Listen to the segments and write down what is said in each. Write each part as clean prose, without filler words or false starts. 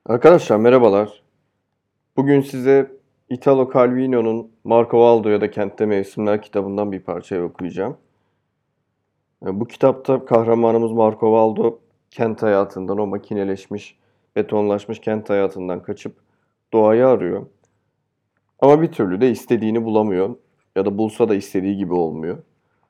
Arkadaşlar merhabalar. Bugün size Italo Calvino'nun Marco Valdo ya da Kentte Mevsimler kitabından bir parça okuyacağım. Bu kitapta kahramanımız Marco Valdo kent hayatından, o makineleşmiş, betonlaşmış kent hayatından kaçıp doğayı arıyor. Ama bir türlü de istediğini bulamıyor ya da bulsa da istediği gibi olmuyor.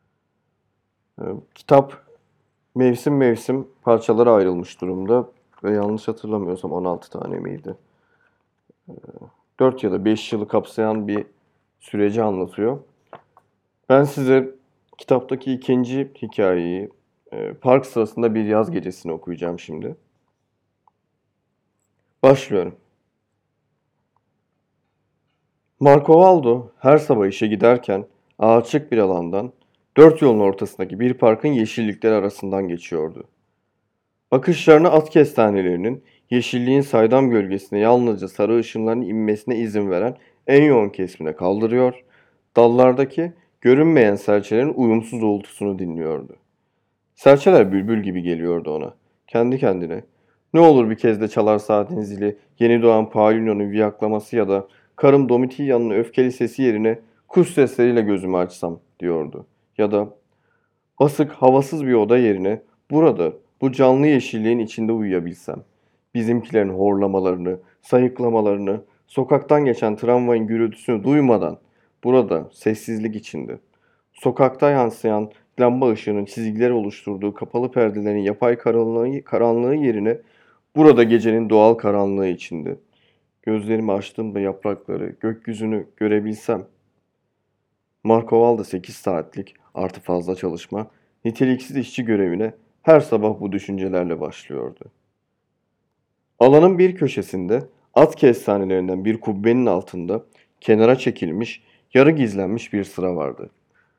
Kitap mevsim mevsim parçalara ayrılmış durumda ve yanlış hatırlamıyorsam 16 tane miydi? 4 ya da 5 yılı kapsayan bir süreci anlatıyor. Ben size kitaptaki ikinci hikayeyi park sırasında bir yaz gecesini okuyacağım şimdi. Başlıyorum. Marco Valdo her sabah işe giderken açık bir alandan dört yolun ortasındaki bir parkın yeşillikleri arasından geçiyordu. Bakışlarını at kestanelerinin yeşilliğin saydam gölgesine yalnızca sarı ışınların inmesine izin veren en yoğun kesmine kaldırıyor, dallardaki görünmeyen serçelerin uyumsuz uğultusunu dinliyordu. Serçeler bülbül gibi geliyordu ona. Kendi kendine. Ne olur bir kez de çalar saatin zili, yeni doğan Paulino'nun viyaklaması ya da karım Domitilla'nın öfkeli sesi yerine kuş sesleriyle gözümü açsam diyordu. Ya da basık, havasız bir oda yerine burada, bu canlı yeşilliğin içinde uyuyabilsem. Bizimkilerin horlamalarını, sayıklamalarını, sokaktan geçen tramvayın gürültüsünü duymadan, burada, sessizlik içinde. Sokakta yansıyan lamba ışığının çizgileri oluşturduğu kapalı perdelerin yapay karanlığı yerine burada gecenin doğal karanlığı içinde. Gözlerimi açtığımda yaprakları, gökyüzünü görebilsem. Marco Valda 8 saatlik artı fazla çalışma, niteliksiz işçi görevine her sabah bu düşüncelerle başlıyordu. Alanın bir köşesinde at kestanelerinden bir kubbenin altında kenara çekilmiş, yarı gizlenmiş bir sıra vardı.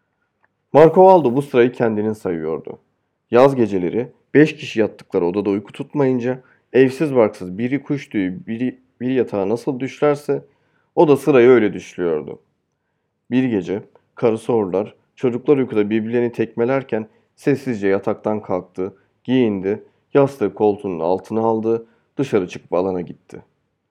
Marco Valdo bu sırayı kendinin sayıyordu. Yaz geceleri 5 kişi yattıkları odada uyku tutmayınca evsiz barksız biri kuş tüyü bir yatağa nasıl düşlerse o da sırayı öyle düşlüyordu. Bir gece karısı horlar, çocuklar uykuda birbirlerini tekmelerken sessizce yataktan kalktı, giyindi, yastığı koltuğunun altına aldı, dışarı çıkıp alana gitti.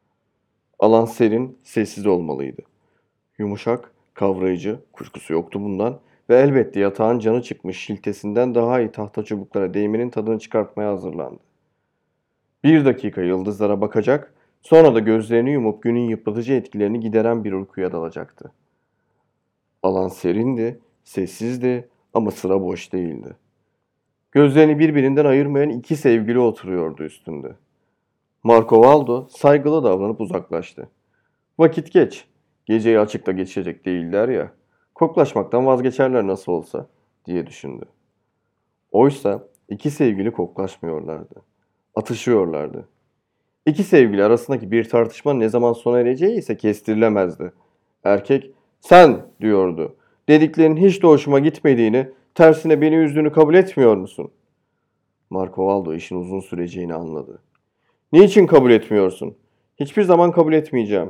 Alan serin, sessiz olmalıydı. Yumuşak, kavrayıcı, kuşkusu yoktu bundan ve elbette yatağın canı çıkmış şiltesinden daha iyi tahta çubuklara değmenin tadını çıkartmaya hazırlandı. Bir dakika yıldızlara bakacak, sonra da gözlerini yumup günün yıpratıcı etkilerini gideren bir uykuya dalacaktı. Alan serindi, sessizdi ama sıra boş değildi. Gözlerini birbirinden ayırmayan iki sevgili oturuyordu üstünde. Marco Valdo saygılı davranıp uzaklaştı. Vakit geç. Geceyi açıkta geçecek değiller ya. Koklaşmaktan vazgeçerler nasıl olsa diye düşündü. Oysa iki sevgili koklaşmıyorlardı. Atışıyorlardı. İki sevgili arasındaki bir tartışma ne zaman sona ereceği ise kestirilemezdi. Erkek sen diyordu. Dediklerinin hiç de hoşuma gitmediğini, tersine beni üzdüğünü kabul etmiyor musun? Marco Valdo işin uzun süreceğini anladı. Niçin kabul etmiyorsun? Hiçbir zaman kabul etmeyeceğim.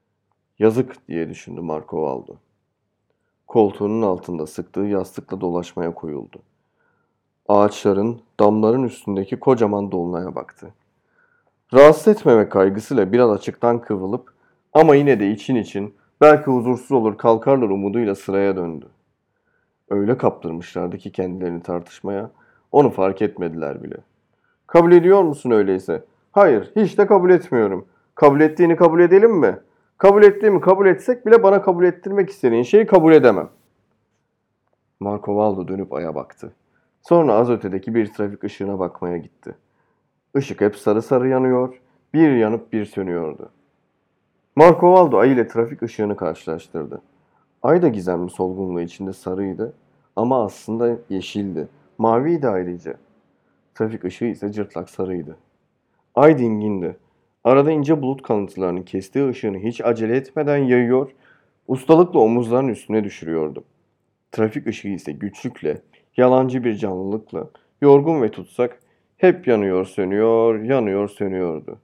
Yazık diye düşündü Marco Valdo. Koltuğunun altında sıktığı yastıkla dolaşmaya koyuldu. Ağaçların, damların üstündeki kocaman dolunaya baktı. Rahatsız etmemek kaygısıyla biraz açıktan kıvrılıp ama yine de için için belki huzursuz olur kalkarlar umuduyla sıraya döndü. Öyle kaptırmışlardı ki kendilerini tartışmaya, onu fark etmediler bile. Kabul ediyor musun öyleyse? Hayır, hiç de kabul etmiyorum. Kabul ettiğini kabul edelim mi? Kabul ettiğimi kabul etsek bile bana kabul ettirmek istediğin şeyi kabul edemem. Marco Valdo dönüp aya baktı. Sonra az ötedeki bir trafik ışığına bakmaya gitti. Işık hep sarı sarı yanıyor, bir yanıp bir sönüyordu. Marco Valdo ay ile trafik ışığını karşılaştırdı. Ay da gizemli solgunluğu içinde sarıydı ama aslında yeşildi, maviydi ayrıca. Trafik ışığı ise cırtlak sarıydı. Ay dingindi. Arada ince bulut kalıntılarının kestiği ışığını hiç acele etmeden yayıyor, ustalıkla omuzların üstüne düşürüyordu. Trafik ışığı ise güçlükle, yalancı bir canlılıkla, yorgun ve tutsak, hep yanıyor sönüyor, yanıyor sönüyordu.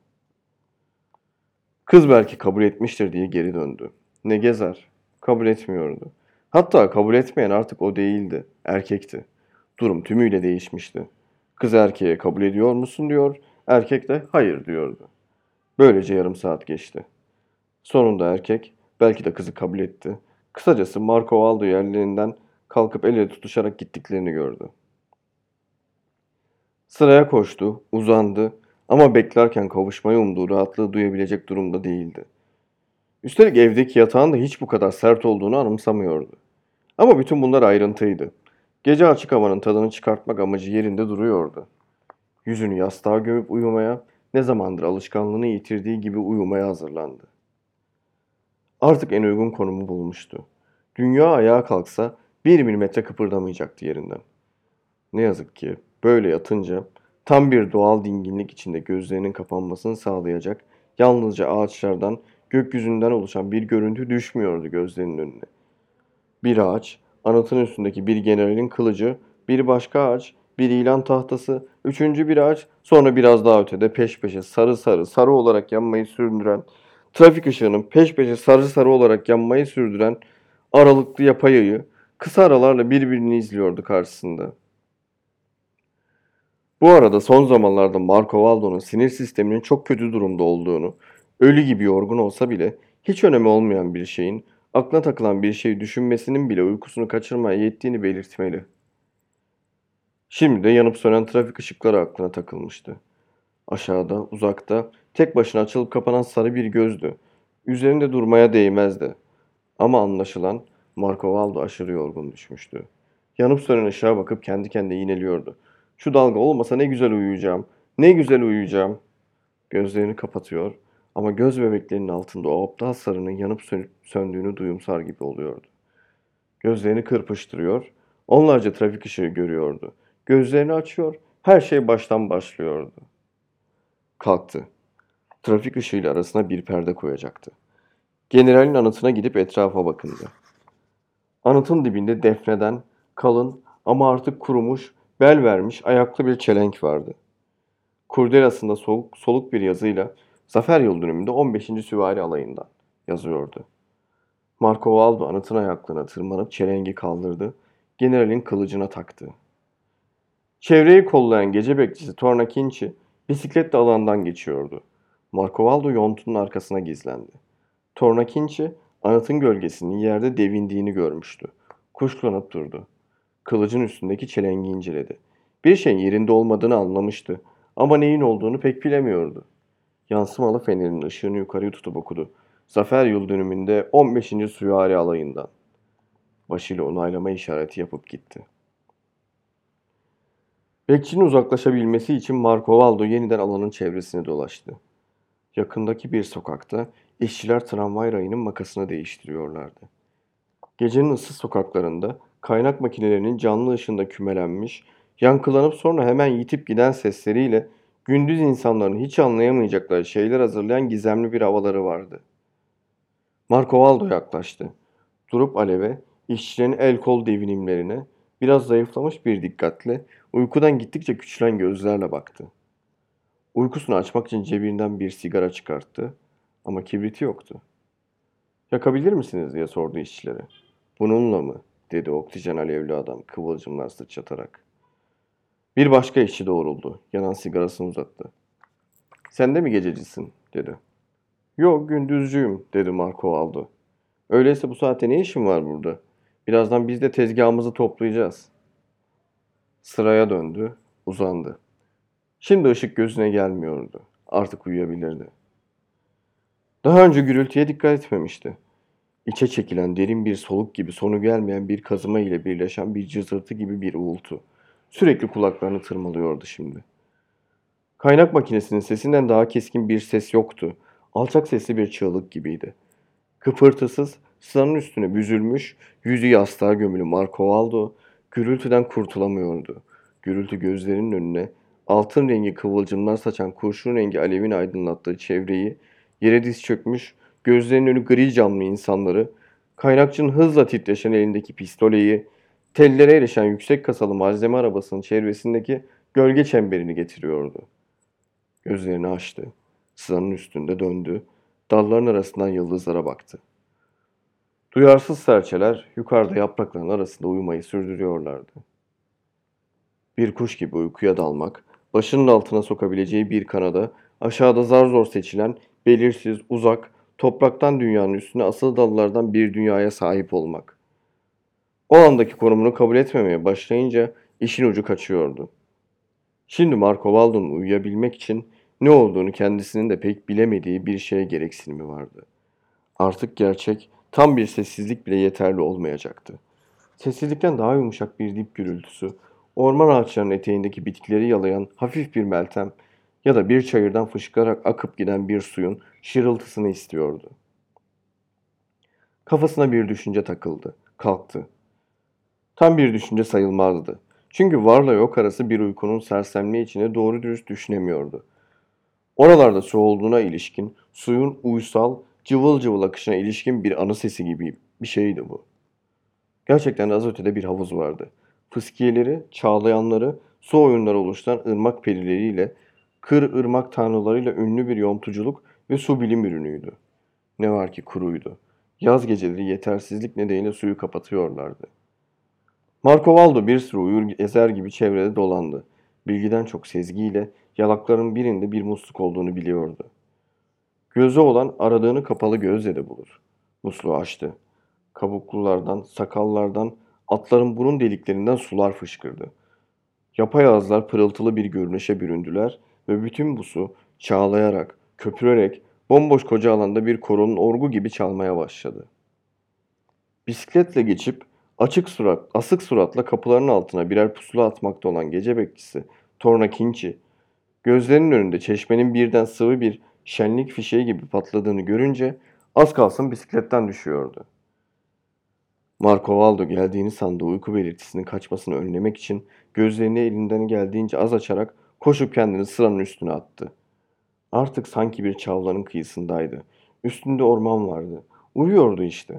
Kız belki kabul etmiştir diye geri döndü. Ne gezer? Kabul etmiyordu. Hatta kabul etmeyen artık o değildi, erkekti. Durum tümüyle değişmişti. Kız erkeğe kabul ediyor musun diyor, erkek de hayır diyordu. Böylece yarım saat geçti. Sonunda erkek, belki de kızı kabul etti. Kısacası Marco Valdo yerlerinden kalkıp el ele tutuşarak gittiklerini gördü. Sıraya koştu, uzandı ama beklerken kavuşmayı umduğu rahatlığı duyabilecek durumda değildi. Üstelik evdeki yatağın da hiç bu kadar sert olduğunu anımsamıyordu. Ama bütün bunlar ayrıntıydı. Gece açık havanın tadını çıkartmak amacı yerinde duruyordu. Yüzünü yastığa gömüp uyumaya, ne zamandır alışkanlığını yitirdiği gibi uyumaya hazırlandı. Artık en uygun konumu bulmuştu. Dünya ayağa kalksa 1 milimetre kıpırdamayacaktı yerinden. Ne yazık ki böyle yatınca tam bir doğal dinginlik içinde gözlerinin kapanmasını sağlayacak yalnızca ağaçlardan, gökyüzünden oluşan bir görüntü düşmüyordu gözlerinin önüne. Bir ağaç, anıtın üstündeki bir generalin kılıcı, bir başka ağaç, bir ilan tahtası, üçüncü bir ağaç, sonra biraz daha ötede peş peşe sarı olarak yanmayı sürdüren, trafik ışığının peş peşe sarı olarak yanmayı sürdüren aralıklı yapay ayı kısa aralarla birbirini izliyordu karşısında. Bu arada son zamanlarda Marco Valdo'nun sinir sisteminin çok kötü durumda olduğunu, ölü gibi yorgun olsa bile hiç önemi olmayan bir şeyin, aklına takılan bir şeyi düşünmesinin bile uykusunu kaçırmaya yettiğini belirtmeli. Şimdi de yanıp sönen trafik ışıkları aklına takılmıştı. Aşağıda, uzakta, tek başına açılıp kapanan sarı bir gözdü. Üzerinde durmaya değmezdi. Ama anlaşılan Marco Valdo aşırı yorgun düşmüştü. Yanıp sönen ışığa bakıp kendi kendine yineliyordu. Şu dalga olmasa ne güzel uyuyacağım. Ne güzel uyuyacağım. Gözlerini kapatıyor ama göz bebeklerinin altında o aptal sarının yanıp söndüğünü duyumsar gibi oluyordu. Gözlerini kırpıştırıyor, onlarca trafik ışığı görüyordu. Gözlerini açıyor, her şey baştan başlıyordu. Kalktı. Trafik ışığıyla arasına bir perde koyacaktı. Generalin anıtına gidip etrafa bakındı. Anıtın dibinde defneden, kalın ama artık kurumuş, bel vermiş ayaklı bir çelenk vardı. Kurdelasında soluk bir yazıyla Zafer Yıldönümü'nde 15. Süvari Alayı'ndan yazıyordu. Marco Valdo anıtın ayaklığına tırmanıp çelengi kaldırdı, generalin kılıcına taktı. Çevreyi kollayan gece bekçisi Tornakinci bisikletle alandan geçiyordu. Marco Valdo yontunun arkasına gizlendi. Tornakinci anıtın gölgesinin yerde devindiğini görmüştü. Kuşkulanıp durdu. Kılıcın üstündeki çelengi inceledi. Bir şeyin yerinde olmadığını anlamıştı ama neyin olduğunu pek bilemiyordu. Yansımalı fenerin ışığını yukarıya tutup okudu. Zafer Yıldönümü'nde 15. Süvari Alayı'ndan. Başıyla onaylama işareti yapıp gitti. Bekçinin uzaklaşabilmesi için Marco Valdo yeniden alanın çevresini dolaştı. Yakındaki bir sokakta işçiler tramvay rayının makasını değiştiriyorlardı. Gecenin ıssız sokaklarında kaynak makinelerinin canlı ışığında kümelenmiş, yankılanıp sonra hemen yitip giden sesleriyle gündüz insanların hiç anlayamayacakları şeyler hazırlayan gizemli bir havaları vardı. Marco Valdo yaklaştı. Durup aleve, işçilerin el kol devinimlerine, biraz zayıflamış bir dikkatle, uykudan gittikçe küçülen gözlerle baktı. Uykusunu açmak için cebinden bir sigara çıkarttı ama kibriti yoktu. "Yakabilir misiniz?" diye sordu işçilere. "Bununla mı?" dedi oksijen alevli adam kıvılcımlar sıçratarak. Bir başka işçi doğruldu. Yanan sigarasını uzattı. "Sen de mi gececisin?" dedi. "Yok, gündüzcüyüm," dedi Marco Aldo. "Öyleyse bu saatte ne işin var burada? Birazdan biz de tezgahımızı toplayacağız." Sıraya döndü, uzandı. Şimdi ışık gözüne gelmiyordu. Artık uyuyabilirdi. Daha önce gürültüye dikkat etmemişti. İçe çekilen derin bir soluk gibi sonu gelmeyen bir kazıma ile birleşen bir cızırtı gibi bir uğultu. Sürekli kulaklarını tırmalıyordu şimdi. Kaynak makinesinin sesinden daha keskin bir ses yoktu. Alçak sesli bir çığlık gibiydi. Kıpırtısız, sıranın üstüne büzülmüş, yüzü yastığa gömülü Marco Valdo gürültüden kurtulamıyordu. Gürültü gözlerinin önüne altın rengi kıvılcımlar saçan kurşun rengi alevin aydınlattığı çevreyi, yere diz çökmüş, gözlerinin önü gri camlı insanları, kaynakçının hızla titreşen elindeki pistoleyi, tellere erişen yüksek kasalı malzeme arabasının çevresindeki gölge çemberini getiriyordu. Gözlerini açtı. Sıranın üstünde döndü. Dalların arasından yıldızlara baktı. Duyarsız serçeler yukarıda yaprakların arasında uyumayı sürdürüyorlardı. Bir kuş gibi uykuya dalmak, başının altına sokabileceği bir kanada Aşağıda zar zor seçilen, belirsiz, uzak, topraktan dünyanın üstüne asılı dallardan bir dünyaya sahip olmak. O andaki konumunu kabul etmemeye başlayınca işin ucu kaçıyordu. Şimdi Marco Waldo'nun uyuyabilmek için ne olduğunu kendisinin de pek bilemediği bir şeye gereksinimi vardı. Artık gerçek, tam bir sessizlik bile yeterli olmayacaktı. Sessizlikten daha yumuşak bir dip gürültüsü, orman ağaçlarının eteğindeki bitkileri yalayan hafif bir meltem ya da bir çayırdan fışkırarak akıp giden bir suyun şırıltısını istiyordu. Kafasına bir düşünce takıldı. Kalktı. Tam bir düşünce sayılmazdı. Çünkü varla yok arası bir uykunun sersemliği içine doğru dürüst düşünemiyordu. Oralarda su olduğuna ilişkin, suyun uysal, cıvıl cıvıl akışına ilişkin bir anı sesi gibi bir şeydi bu. Gerçekten de az ötede bir havuz vardı. Fıskiyeleri, çağlayanları, su oyunları oluşturan ırmak perileriyle, kır ırmak tanrılarıyla ünlü bir yontuculuk ve su bilim ürünüydü. Ne var ki kuruydu. Yaz geceleri yetersizlik nedeniyle suyu kapatıyorlardı. Marco Valdo bir sürü uyur ezer gibi çevrede dolandı. Bilgiden çok sezgiyle yalakların birinde bir musluk olduğunu biliyordu. Gözü olan aradığını kapalı gözle de bulur. Musluğu açtı. Kabuklulardan, sakallardan, atların burun deliklerinden sular fışkırdı. Yapayağızlar pırıltılı bir görünüşe büründüler ve bütün bu su çağlayarak, köpürerek bomboş koca alanda bir koronun orgu gibi çalmaya başladı. Bisikletle geçip asık suratla kapıların altına birer pusula atmakta olan gece bekçisi Torna Kinci, gözlerinin önünde çeşmenin birden sıvı bir şenlik fişeği gibi patladığını görünce az kalsın bisikletten düşüyordu. Marco Valdo geldiğini sandığı uyku belirtisinin kaçmasını önlemek için gözlerini elinden geldiğince az açarak koşup kendini sıranın üstüne attı. Artık sanki bir çavlanın kıyısındaydı. Üstünde orman vardı. Uyuyordu işte.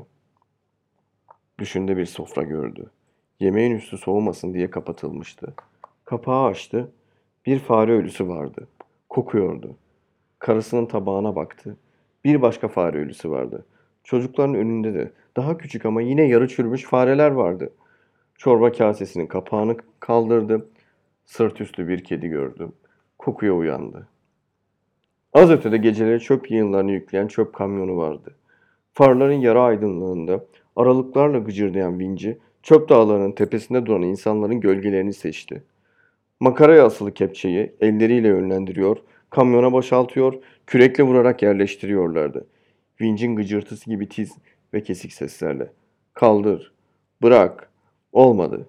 Düşünde bir sofra gördü. Yemeğin üstü soğumasın diye kapatılmıştı. Kapağı açtı. Bir fare ölüsü vardı. Kokuyordu. Karısının tabağına baktı. Bir başka fare ölüsü vardı. Çocukların önünde de daha küçük ama yine yarı çürümüş fareler vardı. Çorba kasesinin kapağını kaldırdı. Sırt üstü bir kedi gördü. Kokuya uyandı. Az ötede geceleri çöp yığınlarını yükleyen çöp kamyonu vardı. Farların yarı aydınlığında aralıklarla gıcırdayan vinci çöp dağlarının tepesinde duran insanların gölgelerini seçti. Makaraya asılı kepçeyi elleriyle yönlendiriyor, kamyona boşaltıyor, kürekle vurarak yerleştiriyorlardı. Vincin gıcırtısı gibi tiz ve kesik seslerle. Kaldır, bırak, olmadı.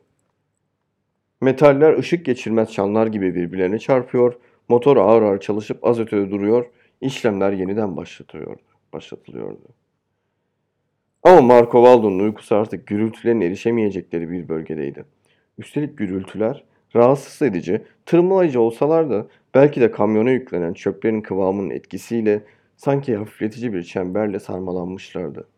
Metaller ışık geçirmez çanlar gibi birbirlerine çarpıyor, motor ağır ağır çalışıp az ötede duruyor, işlemler yeniden başlatılıyordu. Ama Marco Valdo'nun uykusu artık gürültülerin erişemeyecekleri bir bölgedeydi. Üstelik gürültüler rahatsız edici, tırmalayıcı olsalar da belki de kamyona yüklenen çöplerin kıvamının etkisiyle sanki hafifletici bir çemberle sarmalanmışlardı.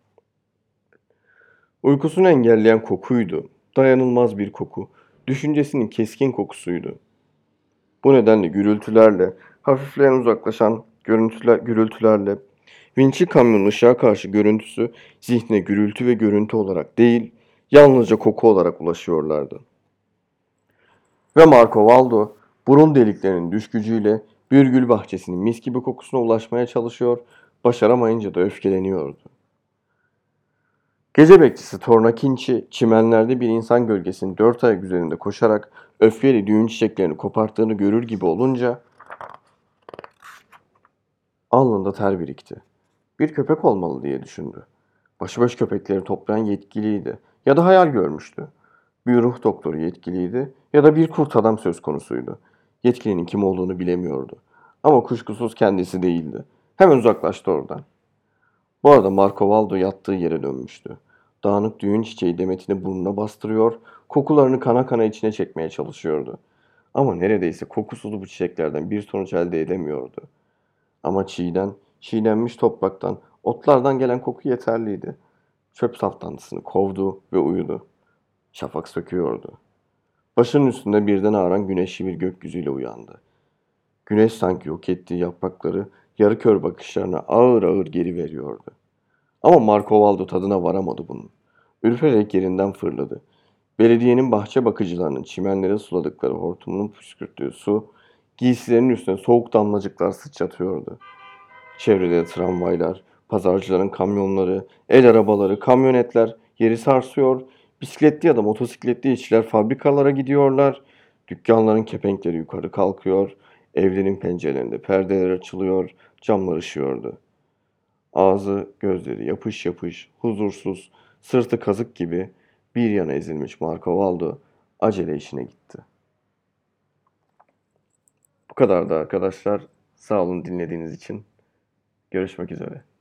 Uykusunu engelleyen kokuydu. Dayanılmaz bir koku. Düşüncesinin keskin kokusuydu. Bu nedenle gürültülerle, hafifleyen uzaklaşan gürültülerle, vinçli kamyonun ışığa karşı görüntüsü zihne gürültü ve görüntü olarak değil, yalnızca koku olarak ulaşıyorlardı. Ve Marco Valdo, burun deliklerinin düş gücüyle bir gül bahçesinin mis gibi kokusuna ulaşmaya çalışıyor, başaramayınca da öfkeleniyordu. Gece bekçisi Tornakinci çimenlerde bir insan gölgesinin dört ayak üzerinde koşarak öfkeli düğün çiçeklerini koparttığını görür gibi olunca alnında ter birikti. Bir köpek olmalı diye düşündü. Başıboş köpekleri toplayan yetkiliydi ya da hayal görmüştü. Bir ruh doktoru yetkiliydi ya da bir kurt adam söz konusuydu. Yetkilinin kim olduğunu bilemiyordu. Ama kuşkusuz kendisi değildi. Hemen uzaklaştı oradan. Bu arada Marco Valdo yattığı yere dönmüştü. Dağınık düğün çiçeği demetini burnuna bastırıyor, kokularını kana kana içine çekmeye çalışıyordu. Ama neredeyse kokusuz bu çiçeklerden bir sonuç elde edemiyordu. Ama çiğnenmiş topraktan, otlardan gelen koku yeterliydi. Çöp saplantısını kovdu ve uyudu. Şafak söküyordu. Başının üstünde birden ağaran güneşli bir gökyüzüyle uyandı. Güneş sanki yok ettiği yaprakları yarı kör bakışlarına ağır ağır geri veriyordu. Ama Marco Valdo tadına varamadı bunun. Ürpererek yerinden fırladı. Belediyenin bahçe bakıcılarının çimenlere suladıkları hortumunun püskürttüğü su Giysilerinin üstüne soğuk damlacıklar sıçratıyordu. Çevrede tramvaylar, pazarcıların kamyonları, el arabaları, kamyonetler yeri sarsıyor. Bisikletli ya da motosikletli işçiler fabrikalara gidiyorlar. Dükkanların kepenkleri yukarı kalkıyor. Evlerin pencerelerinde perdeler açılıyor. Camlar ışıyordu. Ağzı, gözleri yapış yapış, huzursuz, sırtı kazık gibi bir yana ezilmiş Marco Valdo acele işine gitti. Bu kadar da arkadaşlar. Sağ olun dinlediğiniz için. Görüşmek üzere.